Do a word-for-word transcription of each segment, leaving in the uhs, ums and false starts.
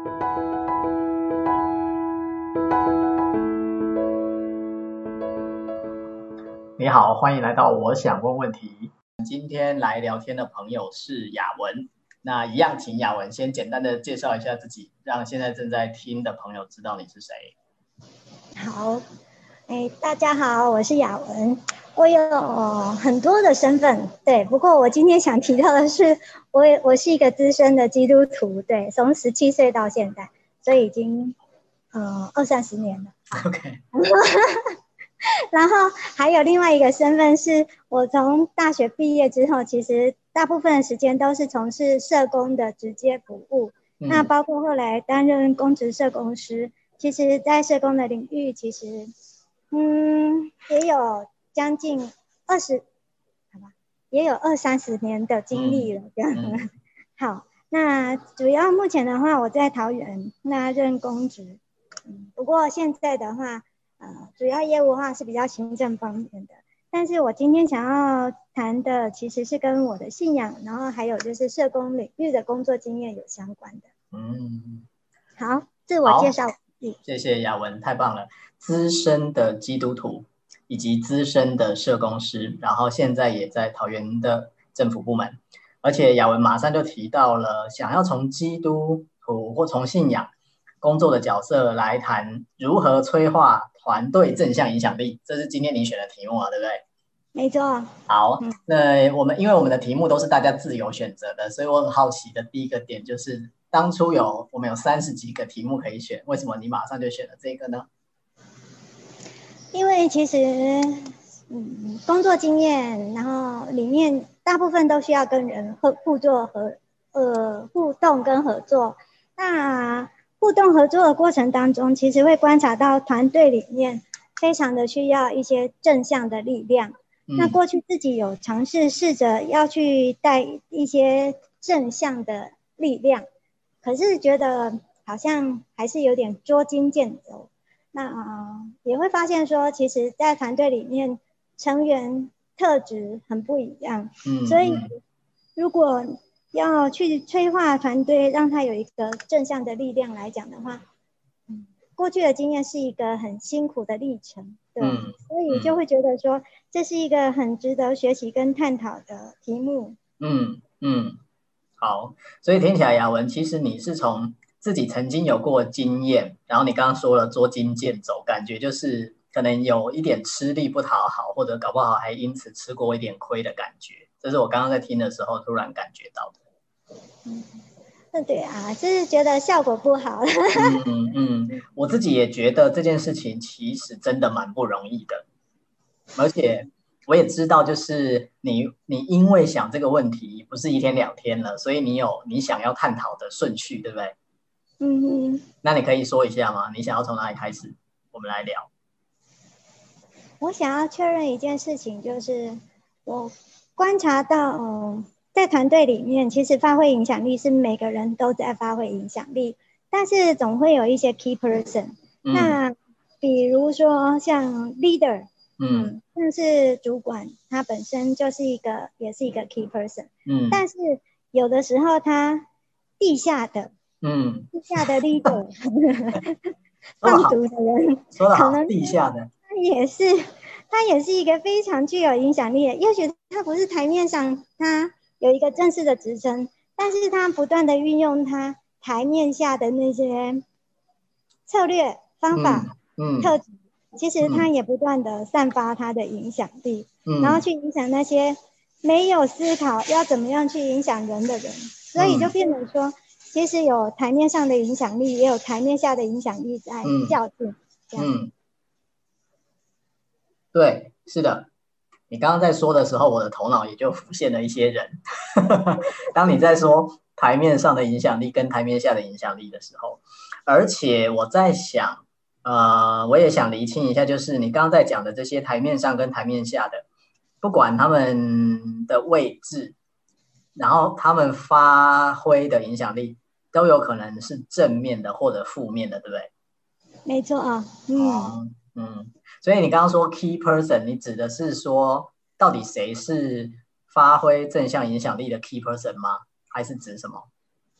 你好，欢迎来到我想问问题。今天来聊天的朋友是雅文，那一样请雅文先简单的介绍一下自己，让现在正在听的朋友知道你是谁。 好，哎，大家好，我是雅文，我有很多的身份，对，不过我今天想提到的是，我我是一个资深的基督徒，对，从十七岁到现在，所以已经呃二三十年了。 OK 然后还有另外一个身份是，我从大学毕业之后，其实大部分的时间都是从事社工的直接服务，嗯、那包括后来担任公职社工师，其实在社工的领域，其实嗯也有将近二十，好吧，也有二三十年的经历了，这样。嗯嗯、好，那主要目前的话，我在桃园那任公职，嗯，不过现在的话。呃，主要业务的话是比较行政方面的，但是我今天想要谈的其实是跟我的信仰，然后还有就是社工领域的工作经验有相关的。嗯，好，自我介绍。 谢谢雅文，太棒了！资深的基督徒以及资深的社工师，然后现在也在桃园的政府部门，而且雅文马上就提到了想要从基督徒或从信仰工作的角色来谈如何催化团队正向影响力，这是今天你选的题目啊，对不对？ 没错。 好，那我们因为我们的题目都是大家自由选择的，所以我很好奇的第一个点就是，当初有我们有三十几个题目可以选，为什么你马上就选了这个呢？ 因为其实，嗯，工作经验，然后里面大部分都需要跟人合互作和呃互动跟合作，那。互动合作的过程当中，其实会观察到团队里面非常的需要一些正向的力量。嗯、那过去自己有尝试试着要去带一些正向的力量，可是觉得好像还是有点捉襟见肘。那、呃、也会发现说，其实在团队里面成员特质很不一样，嗯、所以如果要去催化团队，让他有一个正向的力量来讲的话，嗯，过去的经验是一个很辛苦的历程，对，嗯、所以就会觉得说这是一个很值得学习跟探讨的题目。 嗯嗯，好，所以听起来雅文，其实你是从自己曾经有过经验，然后你刚刚说了捉襟见肘，感觉就是可能有一点吃力不讨好，或者搞不好还因此吃过一点亏的感觉，这是我刚刚在听的时候突然感觉到的。 嗯，对啊，就是觉得效果不好。 嗯嗯，我自己也觉得这件事情其实真的蛮不容易的，而且我也知道，就是你你因为想这个问题不是一天两天了，所以你有你想要探讨的顺序，对不对？嗯嗯。那你可以说一下吗？你想要从哪里开始？我们来聊。 我想要确认一件事情，就是我观察到，嗯。在团队里面，其实发挥影响力是每个人都在发挥影响力，但是总会有一些 key person。嗯、那比如说像 leader， 嗯，像是主管，他本身就是一个，也是一个 key person。嗯，但是有的时候他地下的，嗯，地下的 leader， 放逐的人，可能地下的， 他也是，他也是一个非常具有影响力的。也许他不是台面上他。有一个正式的职称，但是他不断的运用他台面下的那些策略方法、嗯嗯、特质，其实他也不断的散发他的影响力，嗯、然后去影响那些没有思考要怎么样去影响人的人，所以就变成说，其实有台面上的影响力，也有台面下的影响力在较劲，嗯、这样、嗯。 对，是的。你刚刚在说的时候，我的头脑也就浮现了一些人。当你在说台面上的影响力跟台面下的影响力的时候，而且我在想，呃，我也想厘清一下，就是你刚刚在讲的这些台面上跟台面下的，不管他们的位置，然后他们发挥的影响力，都有可能是正面的或者负面的，对不对？ 没错啊，嗯、 哦、嗯。所以你刚刚说 key person， 你指的是说到底谁是发挥正向影响力的 key person 吗？还是指什么？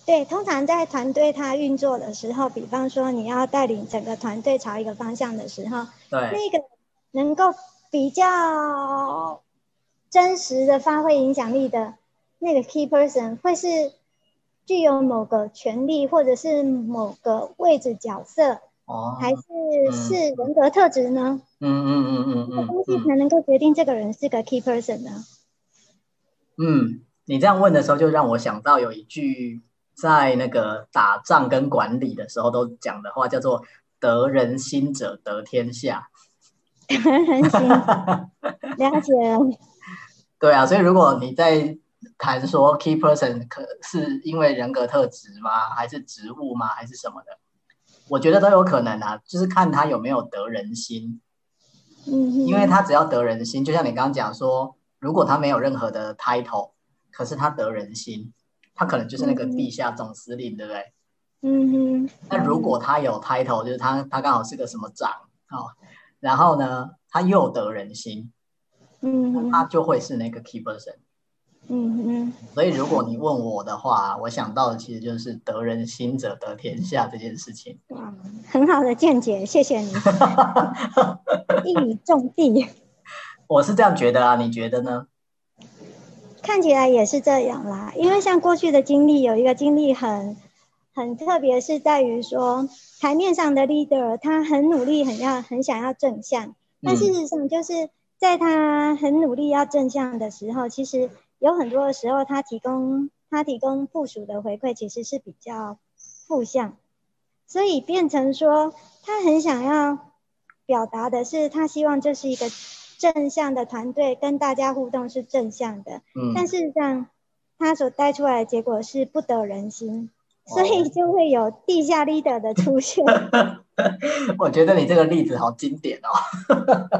对，通常在团队它运作的时候，比方说你要带领整个团队朝一个方向的时候， 对， 那个能够比较真实的发挥影响力的那个 key person 会是具有某个权利或者是某个位置角色， 哦， 还是是嗯人格特质呢？ 嗯嗯嗯嗯这个东西嗯嗯才能够决定这个人是个 key person 呢？ 嗯，你这样问的时候，就让我想到有一句在那个打仗跟管理的时候都讲的话，叫做“得人心者得天下”。 人心了解了。 对啊，所以如果你在谈说 key person 可是因为人格特质吗？还是职务吗？还是什么的？我觉得都有可能啊，就是看他有没有得人心。 嗯哼， 因为他只要得人心，就像你刚刚讲说，如果他没有任何的 title，可是他得人心，他可能就是那个地下总司令，对不对？ 嗯哼， 那如果他有 title，就是他他刚好是个什么长哦，然后呢，他又得人心， 嗯他哼， 就会是那个 key person。 嗯哼， 所以如果你问我的话，我想到的其实就是得人心者得天下这件事情。 哇，很好的见解，谢谢你，一语中的。 我是这样觉得啊，你觉得呢？ 看起来也是这样啦，因为像过去的经历，有一个经历很很特别，是在于说台面上的 leader 他很努力，很要很想要正向，但事嗯实上就是在他很努力要正向的时候，其实有很多的时候他提供他提供部署的回馈其实是比较负向，所以变成说他很想要表达的是，他希望这是一个正向的团队，跟大家互动是正向的。但嗯， 事实上，他所带出来的结果是不得人心，所以哦， 就会有地下 leader 的出现。 我觉得你这个例子好经典哦。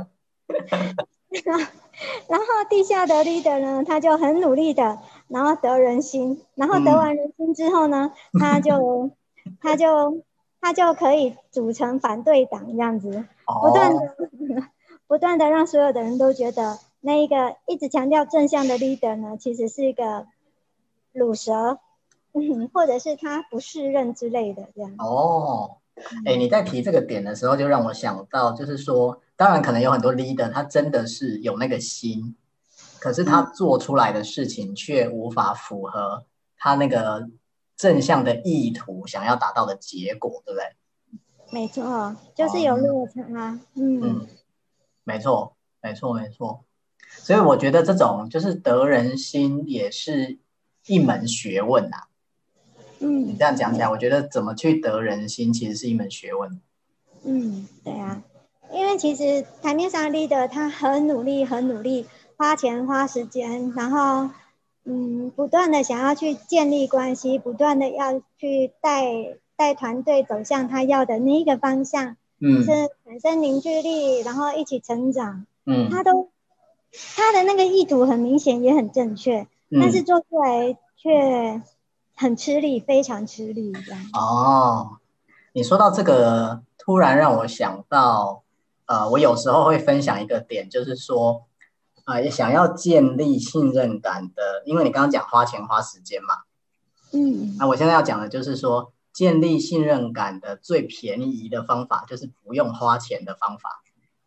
然后地下的 leader 呢，他就很努力的，然后得人心，然后得嗯， 完人心之后呢，他就他就他就可以组成反对党这样子，不断的哦， 不断的让所有的人都觉得那一个一直强调正向的 leader 呢，其实是一个乳蛇，嗯，或者是他不适任之类的这样。 哦，哎，你嗯在提这个点的时候，就让我想到，就是说，当然可能有很多 leader，他真的是有那个心，可是他嗯， 做出来的事情却无法符合他那个正向的意图想要达到的结果，对不对？ 没错，就是有哦， 落差。嗯嗯，没错，没错，没错。所以我觉得这种就是得人心也是一门学问呐、你嗯， 这样讲起来， 没我觉得怎么去得人心其实是一门学问。 嗯，对啊，因为其实台面上的 leader 他很努力，很努力，花钱花时间，然后嗯，不断的想要去建立关系，不断的要去带带团队走向他要的那一个方向，是嗯产生凝聚力，然后一起成长。他嗯都他的那个意图很明显，也很正确，但是嗯， 做出来却很吃力，非常吃力，这样。 哦，你说到这个，突然让我想到，呃，我有时候会分享一个点，就是说，呃，想要建立信任感的，因为你刚刚讲花钱花时间嘛， 嗯。 那我现在要讲的就是说，建立信任感的最便宜的方法，就是不用花钱的方法。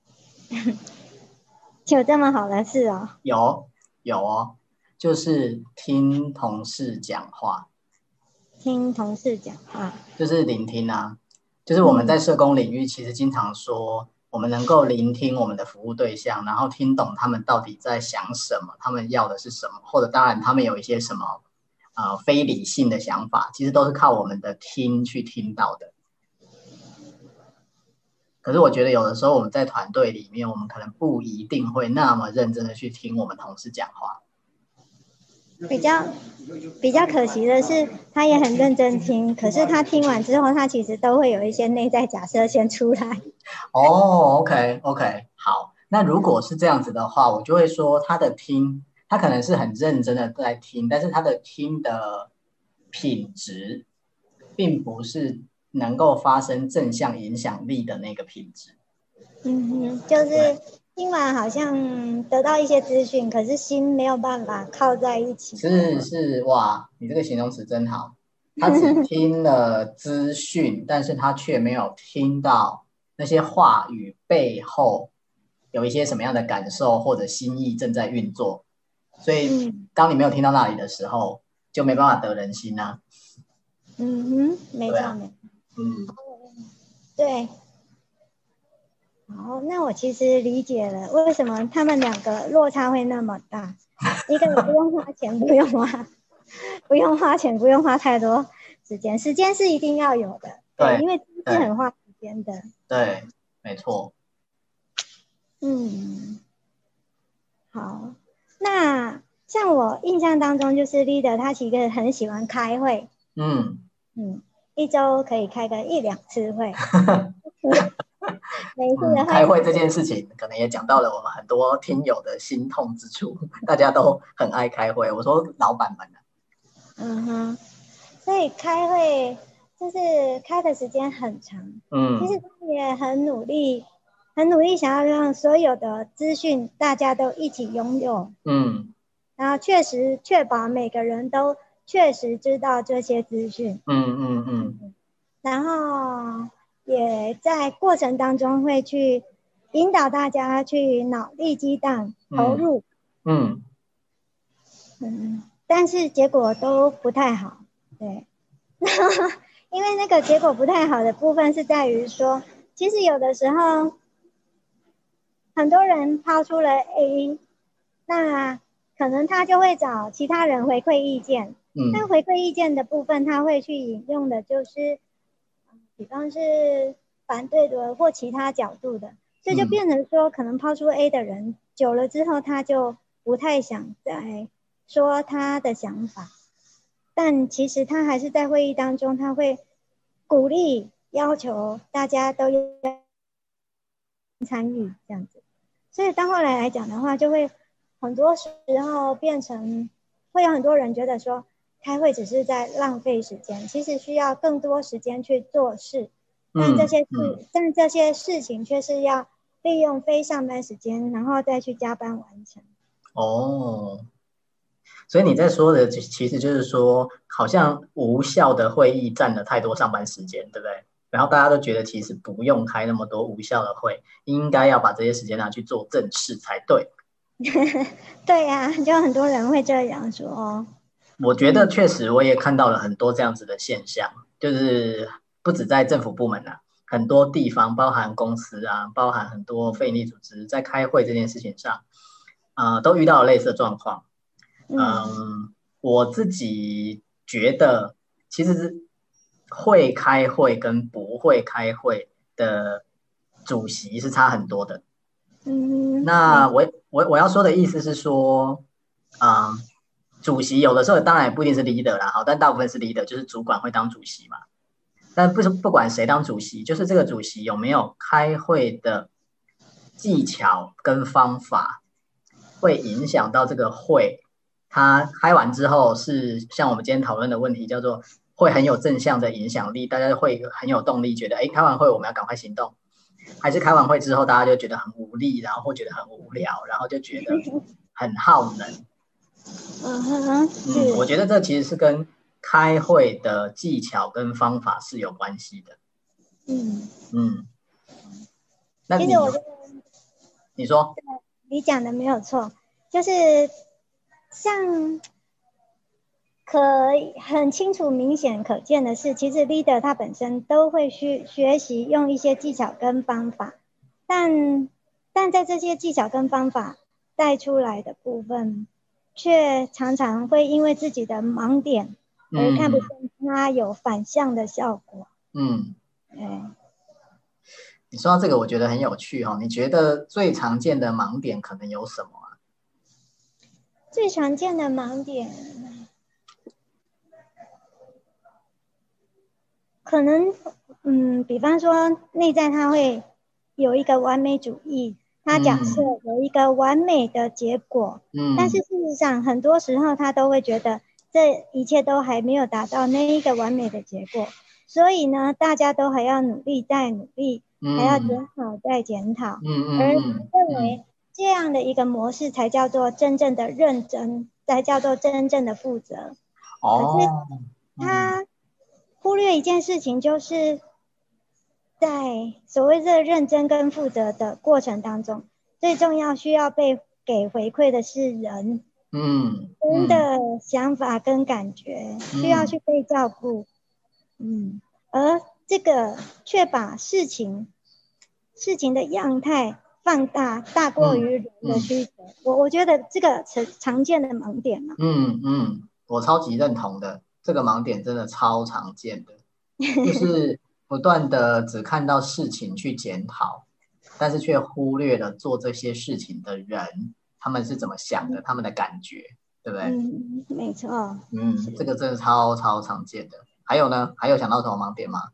有这么好的事哦？ 有有哦，就是听同事讲话， 听同事讲话， 就是聆听啊。就是我们在嗯社工领域，其实经常说，我们能够聆听我们的服务对象，然后听懂他们到底在想什么，他们要的是什么，或者当然他们有一些什么呃非理性的想法，其实都是靠我们的听去听到的。可是我觉得有的时候我们在团队里面，我们可能不一定会那么认真的去听我们同事讲话。 比较比较可惜的是，他也很认真听，可是他听完之后，他其实都会有一些内在假设先出来。 哦，OK OK，好，那如果是这样子的话，我就会说他的听，他可能是很认真的在听，但是他的听的品质，并不是能够发生正向影响力的那个品质。 嗯哼，就是对， 听完好像得到一些资讯，可是心没有办法靠在一起。 是是，哇，你这个形容词真好。 他只听了资讯，但是他却没有听到那些话语背后有一些什么样的感受或者心意正在运作。所以当你没有听到那里的时候，就没办法得人心啊。 嗯哼，没错、啊、没错。 嗯， 对。好，那我其实理解了为什么他们两个落差会那么大。一个不用花钱，不用花，不用花钱，不用花太多时间，时间是一定要有的。对，对因为是很花时间的。 对，没错。 嗯，好，那像我印象当中，就是 leader 他其实很喜欢开会。嗯嗯，一周可以开个一两次会。每次的、 嗯、开会这件事情，可能也讲到了我们很多听友的心痛之处。大家都很爱开会，我说老板们、啊、 嗯哼，所以开会就是开的时间很长。嗯，其实他也很努力，很努力想要让所有的资讯大家都一起拥有。嗯，然后确实确保每个人都确实知道这些资讯。嗯嗯嗯，然后也在过程当中会去引导大家去脑力激荡投入。嗯嗯，嗯，但是结果都不太好。对，因为那个结果不太好的部分是在于说，其实有的时候很多人抛出了 A， 那可能他就会找其他人回馈意见。嗯，那回馈意见的部分他会去引用的就是比方是反对的或其他角度的，所以就变成说可能抛出 A 的人、嗯、久了之后他就不太想再说他的想法，但其实他还是在会议当中他会鼓励要求大家都要参与这样子，所以到后来来讲的话就会很多时候变成会有很多人觉得说开会只是在浪费时间，其实需要更多时间去做事，但这些事、嗯嗯、但这些事情却是要利用非上班时间然后再去加班完成。 哦，所以你在说的其实就是说好像无效的会议占了太多上班时间，对不对？然后大家都觉得其实不用开那么多无效的会，应该要把这些时间拿去做正事才对。 对呀、啊，就很多人会这样说。 我觉得确实我也看到了很多这样子的现象，嗯、就是不止在政府部门啊，很多地方包含公司啊，包含很多非营利组织在开会这件事情上，呃，都遇到了类似的状况。嗯、呃，我自己觉得其实会开会跟不会开会的主席是差很多的。嗯，那我我我要说的意思是说，嗯、呃。主席有的时候当然也不一定是 leader 啦，好，但大部分是 leader， 就是主管会当主席嘛。但不是不管谁当主席，就是这个主席有没有开会的技巧跟方法，会影响到这个会。他开完之后是像我们今天讨论的问题，叫做会很有正向的影响力，大家会很有动力，觉得哎，开完会我们要赶快行动，还是开完会之后大家就觉得很无力，然后会觉得很无聊，然后就觉得很耗能。嗯哼，嗯，我觉得这其实是跟开会的技巧跟方法是有关系的。嗯嗯，那你其实我觉得你说， 你讲的没有错，就是像可很清楚、明显可见的是，其实 leader 他本身都会去学习用一些技巧跟方法，但但在这些技巧跟方法带出来的部分，却常常会因为自己的盲点而看不见它有反向的效果。嗯，对。 你说到这个，我觉得很有趣哦。你觉得最常见的盲点可能有什么啊？ 最常见的盲点，可能嗯，比方说内在他会有一个完美主义。他假设有一个完美的结果，嗯，但是事实上很多时候他都会觉得这一切都还没有达到那一个完美的结果，所以呢，大家都还要努力再努力，嗯，还要检讨再检讨，嗯嗯，而认为这样的一个模式才叫做真正的认真，才叫做真正的负责。哦，可是他有一件事情就是在所谓的认真跟负责的过程当中，最重要需要被给回馈的是人， 嗯， 人的想法跟感觉、嗯、需要去被照顾，嗯，而这个却把事情事情的样态放大，大过于人的需求。嗯嗯、我我觉得这个是常见的盲点嘛。 嗯嗯，我超级认同的，这个盲点真的超常见的，就是不断的只看到事情去检讨，但是却忽略了做这些事情的人，他们是怎么想的，他们的感觉，对不对？ 嗯，没错。 嗯，这个真的超超常见的。还有呢？还有想到什么盲点吗？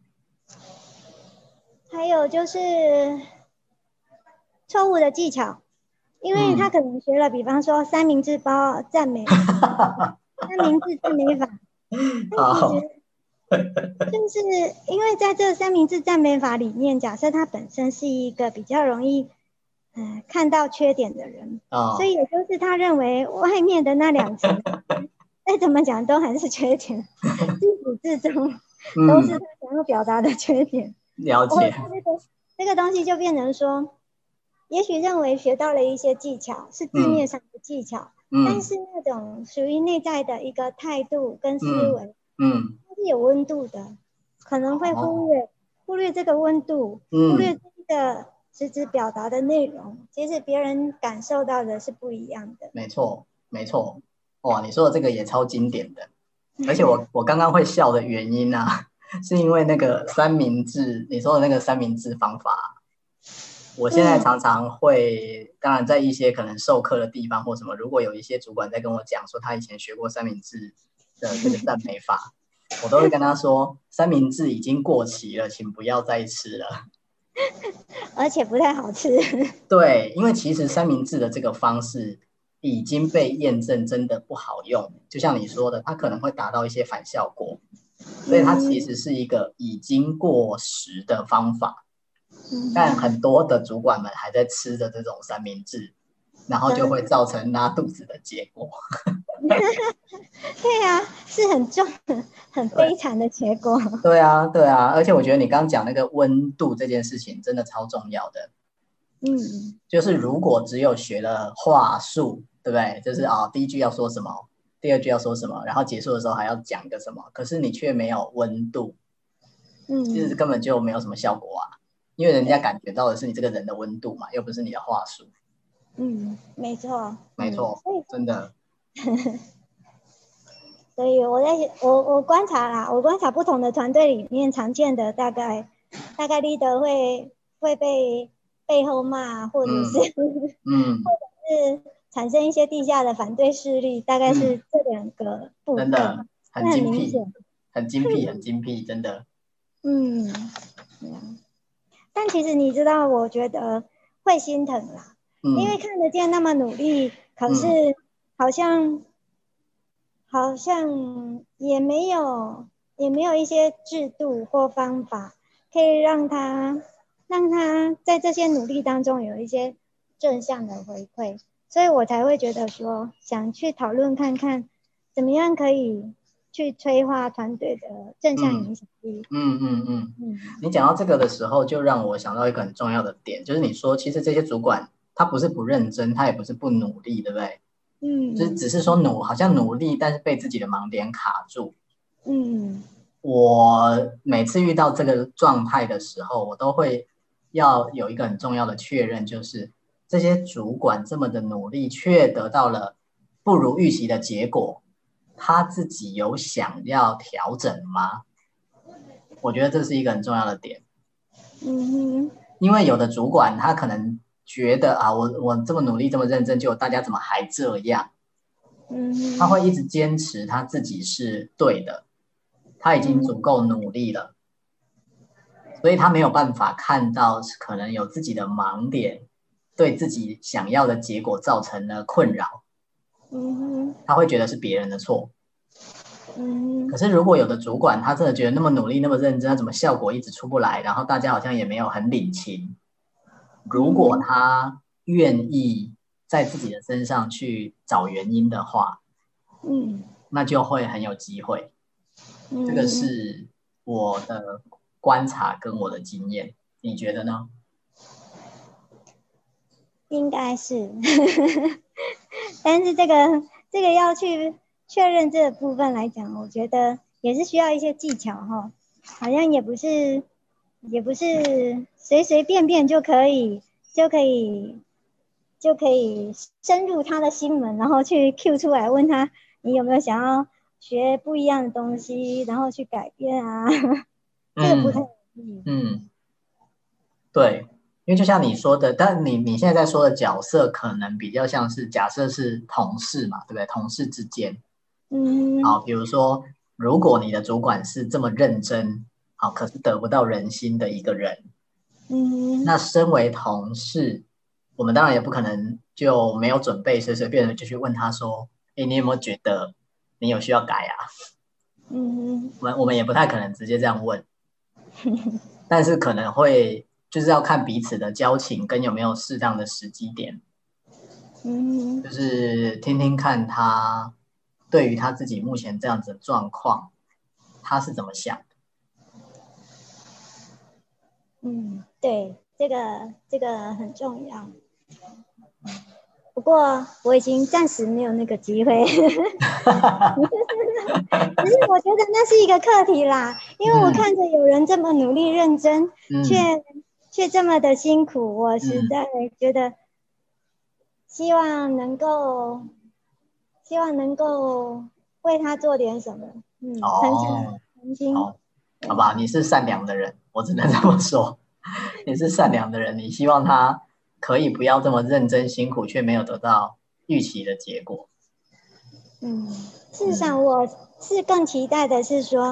还有就是错误的技巧，因为他可能学了，嗯、比方说三明治包赞美，三明治赞美法，但其实就是因为在这三明治赞美法里面，假设他本身是一个比较容易呃看到缺点的人，哦、所以也就是他认为外面的那两层再怎么讲都还是缺点，自始至终都是他想要表达的缺点。 嗯、了解。 这个这个东西就变成说，也许认为学到了一些技巧，是字面上的技巧，嗯、但是那种属于内在的一个态度跟思维，嗯，它是有温度的，可能会忽略、哦、忽略这个温度，嗯、忽略这个实质表达的内容，其实别人感受到的是不一样的。 没错，没错。哇，你说的这个也超经典的，而且我我刚刚会笑的原因啊，是因为那个三明治，你说的那个三明治方法，我现在常常会，嗯、当然在一些可能授课的地方或什么，如果有一些主管在跟我讲说他以前学过三明治的这个赞美法，我都会跟他说，三明治已经过期了，请不要再吃了， 而且不太好吃。 对，因为其实三明治的这个方式已经被验证真的不好用，就像你说的，它可能会达到一些反效果，所以它其实是一个已经过时的方法，嗯、但很多的主管们还在吃着这种三明治，然后就会造成拉肚子的结果。 对啊，是很重、很悲惨的结果。 对啊，对啊，而且我觉得你刚刚讲那个温度这件事情真的超重要的。嗯，就是如果只有学了话术，对不对？就是啊、哦，第一句要说什么，第二句要说什么，然后结束的时候还要讲个什么，可是你却没有温度，嗯，其实根本就没有什么效果啊，因为人家感觉到的是你这个人的温度嘛，又不是你的话术。 嗯，没错， 没错，嗯、真的。 所以我在我我观察啦，我观察不同的团队里面常见的大概大概 leader 会会被背后骂，或者是嗯，或者是产生一些地下的反对势力，大概是这两个部分， 真的很精辟， 很精辟，很精辟，真的。 嗯，但其实你知道，我觉得会心疼啦，嗯、因为看得见那么努力，可是好像。嗯好像也没有，也没有一些制度或方法可以让他，让他在这些努力当中有一些正向的回馈，所以我才会觉得说，想去讨论看看，怎么样可以去催化团队的正向影响力。 嗯嗯嗯嗯，你讲到这个的时候，就让我想到一个很重要的点，就是你说，其实这些主管他不是不认真，他也不是不努力，对不对？嗯，就只是说努，好像努力，但是被自己的盲点卡住。嗯，我每次遇到这个状态的时候，我都会要有一个很重要的确认，就是这些主管这么的努力，却得到了不如预期的结果，他自己有想要调整吗？我觉得这是一个很重要的点。嗯，因为有的主管他可能觉得啊，我我这么努力这么认真，结果大家怎么还这样？嗯，他会一直坚持他自己是对的，他已经足够努力了，所以他没有办法看到可能有自己的盲点，对自己想要的结果造成了困扰。嗯，他会觉得是别人的错。嗯，可是如果有的主管他真的觉得那么努力那么认真，他怎么效果一直出不来，然后大家好像也没有很领情，如果他愿意在自己的身上去找原因的话，嗯，那就会很有机会。这个是我的观察跟我的经验，你觉得呢？ 应该是，但是这个这个要去确认这个部分来讲，我觉得也是需要一些技巧哈，好像也不是也不是随随便便就可以就可以就可以深入他的心门，然后去 Q 出来问他你有没有想要学不一样的东西，然后去改变啊，这个不太容易。 嗯嗯，对，因为就像你说的，但你你现在在说的角色可能比较像是假设是同事嘛，对不对？同事之间，好， 嗯比如说，如果你的主管是这么认真，好，可是得不到人心的一个人， 嗯那身为同事，我们当然也不可能就没有准备，随随便便就去问他说：“哎，你有没有觉得你有需要改啊？” 嗯我们我们也不太可能直接这样问，但是可能会就是要看彼此的交情跟有没有适当的时机点， 嗯就是听听看他对于他自己目前这样子的状况，他是怎么想的。 嗯，对，这个这个很重要。不过我已经暂时没有那个机会，只是我觉得那是一个课题啦，因为我嗯看着有人这么努力认真，却嗯却这么的辛苦，我实嗯， 在觉得希望能够希望能够为他做点什么，嗯，曾经哦曾经， 哦，好对， 吧，你是善良的人，我只能这么说，你是善良的人，你希望他可以不要这么认真辛苦，却没有得到预期的结果。 嗯，事实嗯上我是更期待的是说。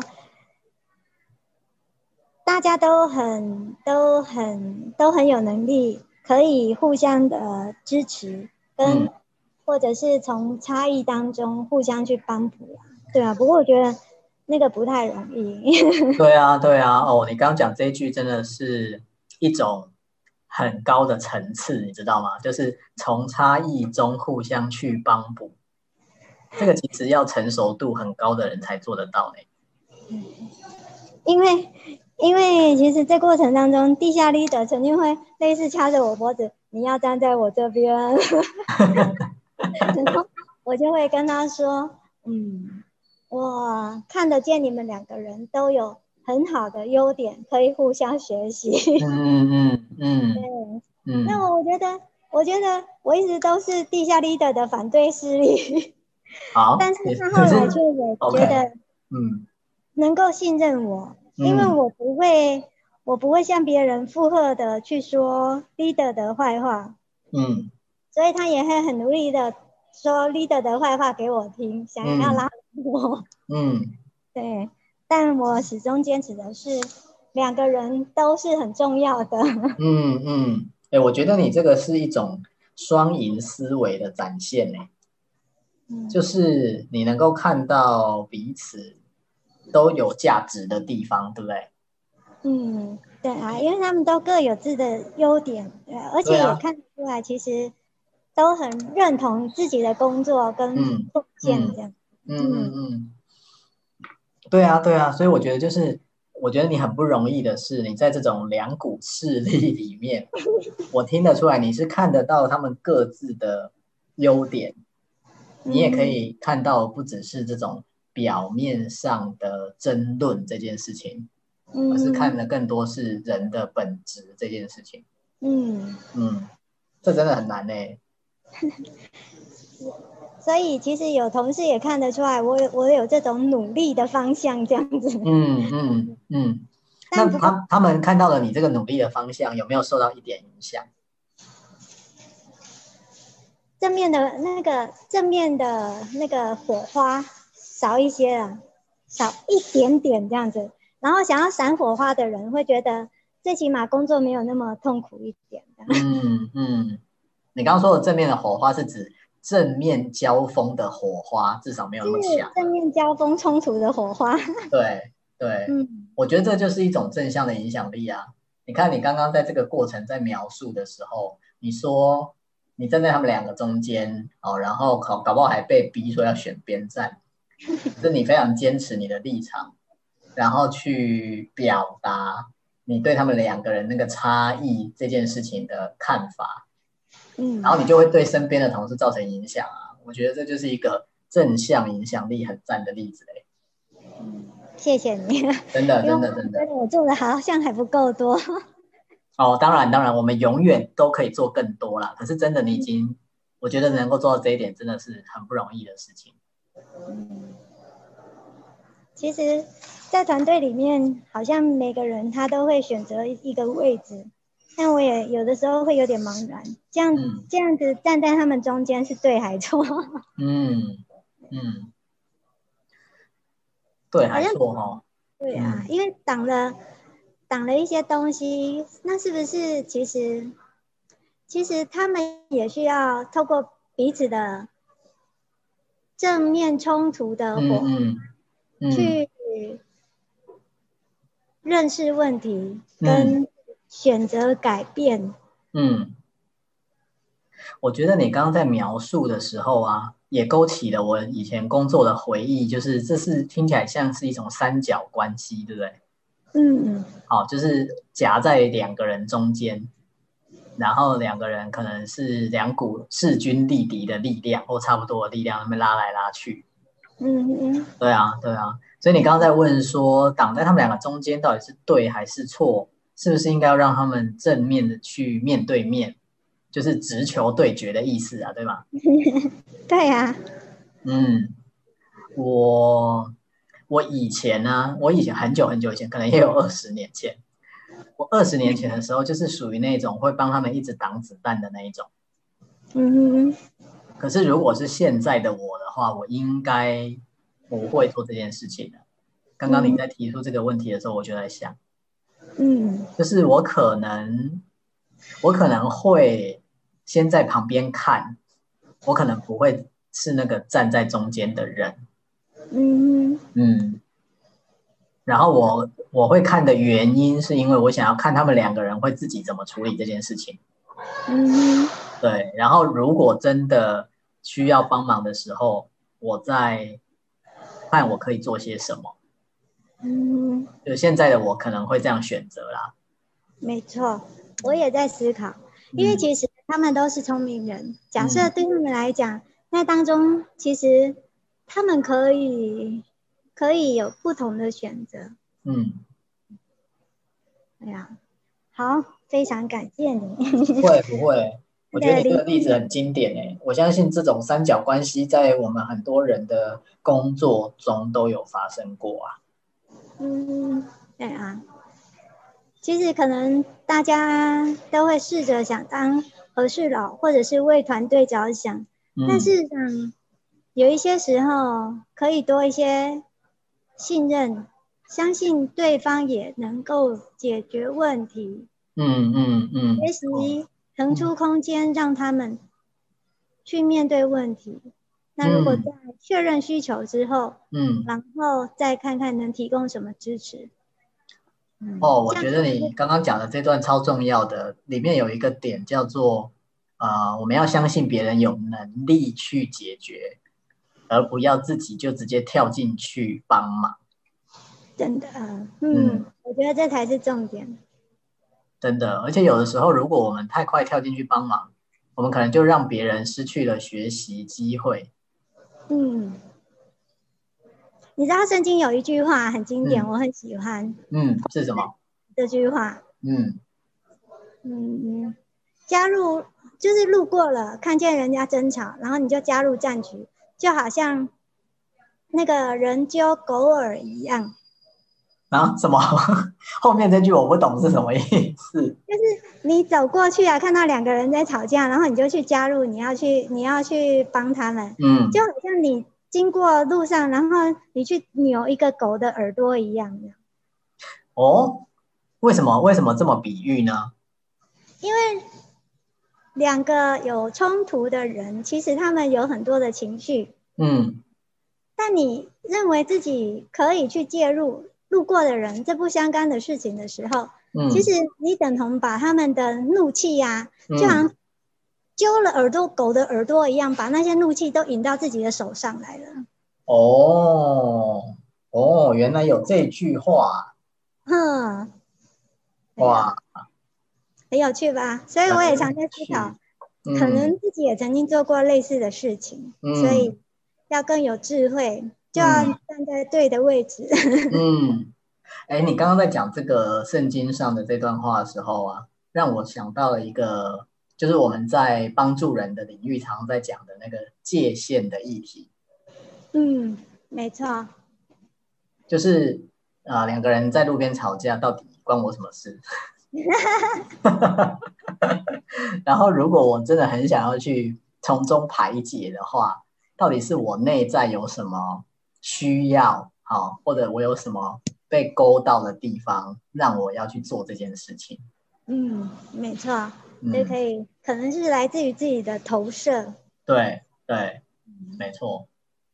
大家都很都很都很有能力，可以互相的支持，跟嗯， 或者是从差异当中互相去帮补啊，对啊。不过我觉得那个不太容易。 对啊对啊，哦，你刚刚讲这一句真的是一种很高的层次，你知道吗？就是从差异中互相去帮补，这个其实要成熟度很高的人才做得到呢。 因为因为其实，在过程当中，地下 leader 曾经会类似掐着我脖子，你要站在我这边，然后我就会跟他说，嗯，我看得见你们两个人都有很好的优点，可以互相学习。 嗯嗯嗯对， 嗯嗯， 那我觉得，我觉得我一直都是地下 leader 的反对势力，但好， 是你他后你是来却也觉 OK， 得嗯能够信任我，因为嗯我不会，我不会向别人附和的去说 leader 的坏话， 嗯所以他也会很努力的说 leader 的坏话给我听，想要嗯拉我。 嗯对，但我始终坚持的是，两个人都是很重要的。 嗯嗯，哎，我觉得你这个是一种双赢思维的展现呢，就嗯是你能够看到彼此都有价值的地方，对不对？ 嗯，对啊，因为他们都各有自己的优点，对啊，而对啊， 且也看得出来，其实都很认同自己的工作跟嗯贡献嗯这样。 嗯嗯嗯嗯。对啊，对啊，所以我觉得就是，我觉得你很不容易的是，你在这种两股势力里面，我听得出来你是看得到他们各自的优点，你也可嗯以看到不只是这种表面上的争论这件事情，而是看嗯的更多是人的本质这件事情。 嗯， 嗯，这真的很难呢。 所以其实有同事也看得出来，我有我有这种努力的方向这样子。 嗯嗯嗯，那但不过他他们看到了你这个努力的方向，有没有受到一点影响？ 正面的那个正面的那个火花少一些了，少一点点这样子。然后想要闪火花的人会觉得，最起码工作没有那么痛苦一点的。 嗯嗯，你刚刚说的正面的火花是指正面交锋的火花，至少没有是那么强。 正面交锋冲突的火花。 对对， 嗯我觉得这就是一种正向的影响力啊。你看，你刚刚在这个过程在描述的时候，你说你站在他们两个中间哦，然后搞搞不好还被逼说要选边站，可是你非常坚持你的立场， 然后去表达你对他们两个人那个差异这件事情的看法， 嗯， 然后你就会对身边的同事造成影响啊。我觉得这就是一个正向影响力很赞的例子嘞。 嗯，谢谢你， 真的， 因为真的，真的。 我觉得我做的好像还不够多。 哦，当然，当然，我们永远都可以做更多啦。可是真的，你已经，我觉得能够做到这一点，真的是很不容易的事情。 嗯，其实，在团队里面，好像每个人他都会选择一个位置，但我也有的时候会有点茫然，这样、 嗯、 这样子站在他们中间是对还错？ 嗯嗯，对，还好像错哈。 对啊， 嗯因为挡了挡了一些东西，那是不是其实其实他们也需要透过彼此的正面冲突的嗯火嗯嗯去认识问题嗯跟选择改变？ 嗯，我觉得你刚刚在描述的时候啊，也勾起了我以前工作的回忆，就是这是听起来像是一种三角关系，对不对？ 嗯嗯好，就是夹在两个人中间，然后两个人可能是两股势均力敌的力量，或差不多的力量，那边拉来拉去。 嗯嗯对啊，对啊。所以你刚刚在问说，挡在他们两个中间到底是对还是错？是不是应该要让他们正面的去面对面，就是直球对决的意思啊，对吗？ 对啊， 嗯，我我以前呢，我以前很久很久以前，可能也有二十年前。我二十年前的时候，就是属于那种会帮他们一直挡子弹的那一种。 嗯嗯可是如果是现在的我的话，我应该不会做这件事情的。刚刚你嗯在提出这个问题的时候，我就在想， 嗯就是我可能我可能会先在旁边看，我可能不会是那个站在中间的人。 嗯嗯，然后我我会看的原因是因为我想要看他们两个人会自己怎么处理这件事情。 嗯对，然后如果真的需要帮忙的时候，我再看我可以做些什么。 嗯， 就现在的我可能会这样选择啦。 没错，我也在思考，因为嗯其实他们都是聪明人。假设嗯对他们来讲，那当中其实他们可以可以有不同的选择。 嗯， 哎呀，好，非常感谢你。 不会不会，我觉得你这的理个例子很经典诶，我相信这种三角关系在我们很多人的工作中都有发生过啊。 嗯，对啊，其实可能大家都会试着想当和事佬，或者是为团队着想，但嗯事实上有一些时候可以多一些信任，相信对方也能够解决问题， 嗯嗯嗯， 学习腾出空间让他们去面对问题。那如果在嗯确认需求之后， 嗯。 然后再看看能提供什么支持。嗯， 哦，我这样觉得你刚刚讲的这段超重要的，里面有一个点叫做，呃，我们要相信别人有能力去解决，而不要自己就直接跳进去帮忙。 真的， 嗯， 嗯，我觉得这才是重点。 真的，而且有的时候，如果我们太快跳进去帮忙，我们可能就让别人失去了学习机会。 嗯，你知道圣经有一句话很经典， 嗯我很喜欢嗯，是什么？ 这句话。 嗯嗯嗯，加入就是路过了，看见人家争吵，然后你就加入战局，就好像那个人揪狗耳一样。 啊，什么？后面这句我不懂是什么意思？ 你走过去啊，看到两个人在吵架，然后你就去加入，你要去你要去帮他们， 嗯， 就好像你经过路上，然后你去扭一个狗的耳朵一样。 哦，为什么？为什么这么比喻呢？ 因为两个有冲突的人，其实他们有很多的情绪， 嗯但你认为自己可以去介入路过的人这不相干的事情的时候，其嗯实你等同把他们的怒气呀、啊，就好嗯。 像揪了耳朵狗的耳朵一样，把那些怒气都引到自己的手上来了。 哦， 哦，原来有这句话。 哼，对哇， 啊，很有趣吧？所以我也常在思考，可嗯能自己也曾经做过类似的事情，所嗯以要更有智慧，就要嗯站在对的位置。 嗯。哎，你刚刚在讲这个圣经上的这段话的时候啊，让我想到了一个，就是我们在帮助人的领域常常在讲的那个界限的议题， 嗯，没错。 就是啊、呃两个人在路边吵架，到底关我什么事？然后，如果我真的很想要去从中排解的话，到底是我内在有什么需要，好，或者我有什么被勾到的地方，让我要去做这件事情？ 嗯，没错，这可嗯， 以，可能是来自于自己的投射。 对对，没错。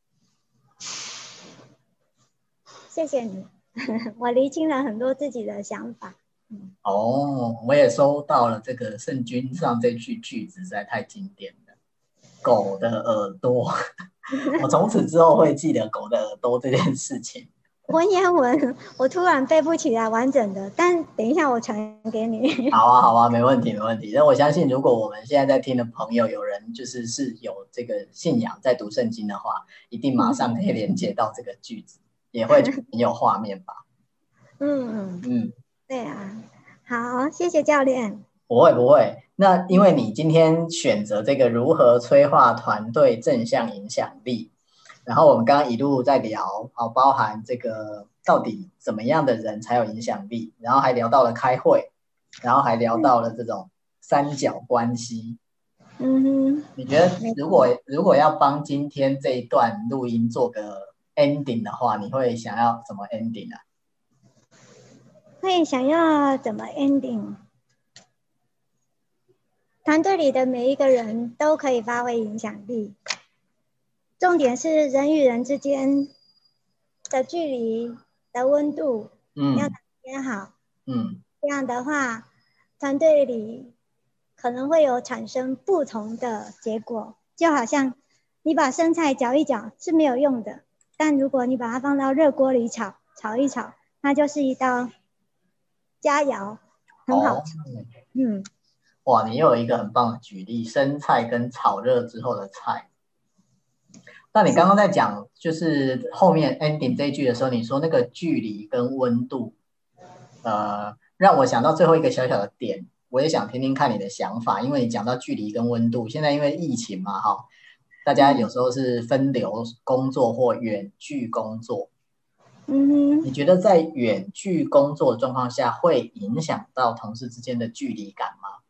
谢谢你，我厘清了很多自己的想法。 哦，我也收到了这个圣经上这句句子，实在太经典了。狗的耳朵，我从此之后会记得狗的耳朵这件事情。 文言文我突然背不起来完整的，但等一下我传给你。 好啊，好啊，没问题，没问题。那我相信，如果我们现在在听的朋友有人就是是有这个信仰在读圣经的话，一定马上可以连接到这个句子，也会很有画面吧？ 嗯， 嗯， 对啊，好，谢谢教练。 不会不会。那因为你今天选择这个如何催化团队正向影响力，然后我们刚刚一路在聊，好，包含这个到底怎么样的人才有影响力，然后还聊到了开会，然后还聊到了这种三角关系。 嗯哼， 你觉得没错。 如果如果要帮今天这一段录音做个 ending 的话，你会想要怎么 ending 啊？ 会想要怎么 ending？团队里的每一个人都可以发挥影响力，重点是人与人之间的距离的温度要嗯拿捏好。 嗯这样的话，团队里可能会有产生不同的结果。就好像你把生菜搅一搅是没有用的，但如果你把它放到热锅里炒，炒一炒，它就是一道佳肴，很好哦， 吃。嗯， 哇，你又有一个很棒的举例，生菜跟炒热之后的菜。那你刚刚在讲就是后面 ending 这一句的时候，你说那个距离跟温度，呃，让我想到最后一个小小的点，我也想听听看你的想法，因为你讲到距离跟温度，现在因为疫情嘛，哈，大家有时候是分流工作或远距工作， 嗯哼， 你觉得在远距工作的状况下，会影响到同事之间的距离感吗？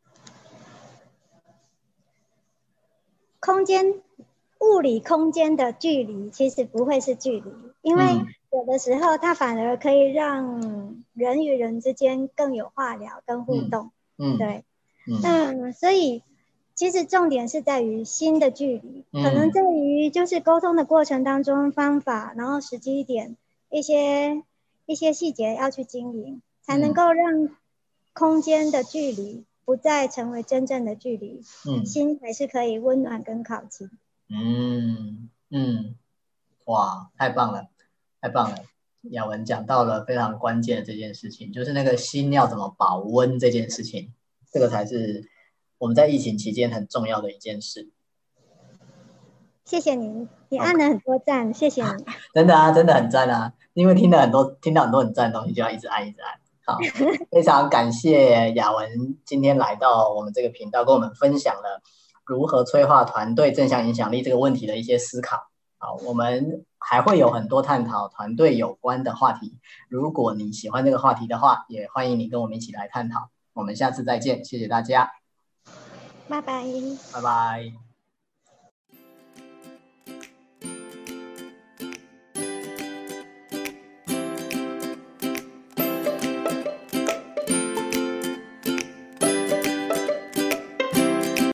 空间物理空间的距离其实不会是距离，因为嗯有的时候它反而可以让人与人之间更有话聊跟互嗯动。 嗯对， 嗯嗯，所以其实重点是在于心的距离，可能嗯在于就是沟通的过程当中方法，然后时机一点一些一些细节要去经营，才能嗯够让空间的距离不再成为真正的距离， 嗯心还是可以温暖跟靠近。 嗯嗯，哇，太棒了，太棒了！雅文讲到了非常关键的这件事情，就是那个心要怎么保温这件事情，这个才是我们在疫情期间很重要的一件事。 谢谢你，你按 OK， 了很多赞，谢谢你。 真的啊，真的很赞啊！因为听了很多，听到很多很赞的东西，就要一直按，一直按。好，非常感谢雅文今天来到我们这个频道，跟我们分享了如何催化团队正向影响力这个问题的一些思考。好，我们还会有很多探讨团队有关的话题。如果你喜欢这个话题的话，也欢迎你跟我们一起来探讨。我们下次再见，谢谢大家， 拜拜。 拜拜。